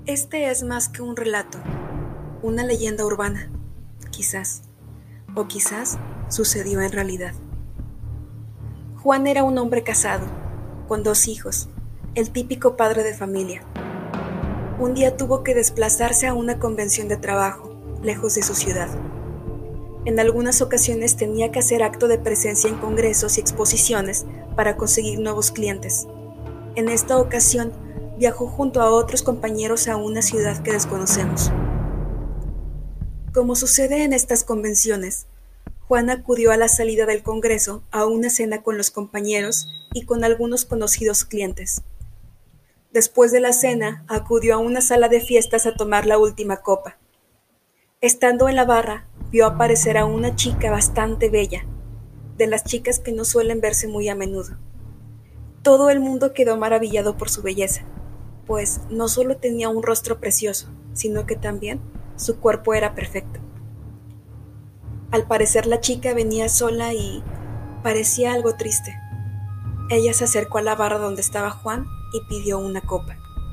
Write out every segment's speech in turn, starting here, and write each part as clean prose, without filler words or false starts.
Este es más que un relato, una leyenda urbana, quizás, o quizás sucedió en realidad. Juan era un hombre casado, con 2 hijos, el típico padre de familia. Un día tuvo que desplazarse a una convención de trabajo, lejos de su ciudad. En algunas ocasiones tenía que hacer acto de presencia en congresos y exposiciones para conseguir nuevos clientes. En esta ocasión, viajó junto a otros compañeros a una ciudad que desconocemos. Como sucede en estas convenciones, Juan acudió a la salida del congreso a una cena con los compañeros y con algunos conocidos clientes. Después de la cena, acudió a una sala de fiestas a tomar la última copa. Estando en la barra, vio aparecer a una chica bastante bella, de las chicas que no suelen verse muy a menudo. Todo el mundo quedó maravillado por su belleza, pues no solo tenía un rostro precioso, sino que también su cuerpo era perfecto. Al parecer la chica venía sola y parecía algo triste. Ella se acercó a la barra donde estaba Juan y pidió una copa.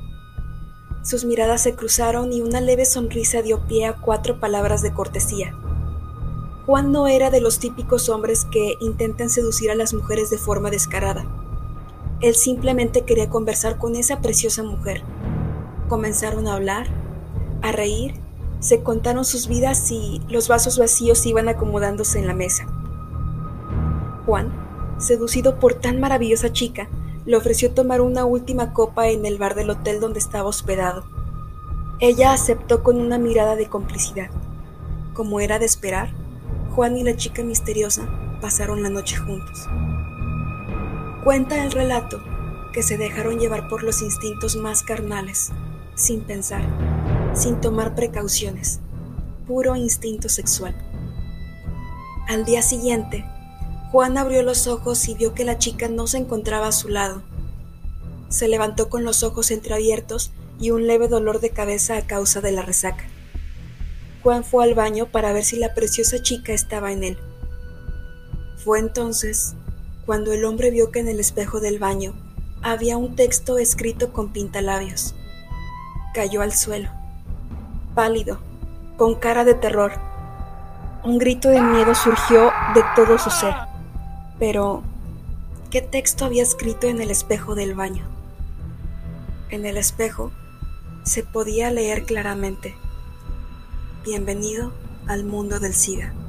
Sus miradas se cruzaron y una leve sonrisa dio pie a 4 palabras de cortesía. Juan no era de los típicos hombres que intentan seducir a las mujeres de forma descarada. Él simplemente quería conversar con esa preciosa mujer. Comenzaron a hablar, a reír, se contaron sus vidas y los vasos vacíos iban acomodándose en la mesa. Juan, seducido por tan maravillosa chica, le ofreció tomar una última copa en el bar del hotel donde estaba hospedado. Ella aceptó con una mirada de complicidad. Como era de esperar, Juan y la chica misteriosa pasaron la noche juntos. Cuenta el relato que se dejaron llevar por los instintos más carnales, sin pensar, sin tomar precauciones, puro instinto sexual. Al día siguiente, Juan abrió los ojos y vio que la chica no se encontraba a su lado. Se levantó con los ojos entreabiertos y un leve dolor de cabeza a causa de la resaca. Juan fue al baño para ver si la preciosa chica estaba en él. Fue entonces cuando el hombre vio que en el espejo del baño había un texto escrito con pintalabios. Cayó al suelo, pálido, con cara de terror. Un grito de miedo surgió de todo su ser. Pero, ¿qué texto había escrito en el espejo del baño? En el espejo se podía leer claramente: Bienvenido al mundo del SIDA.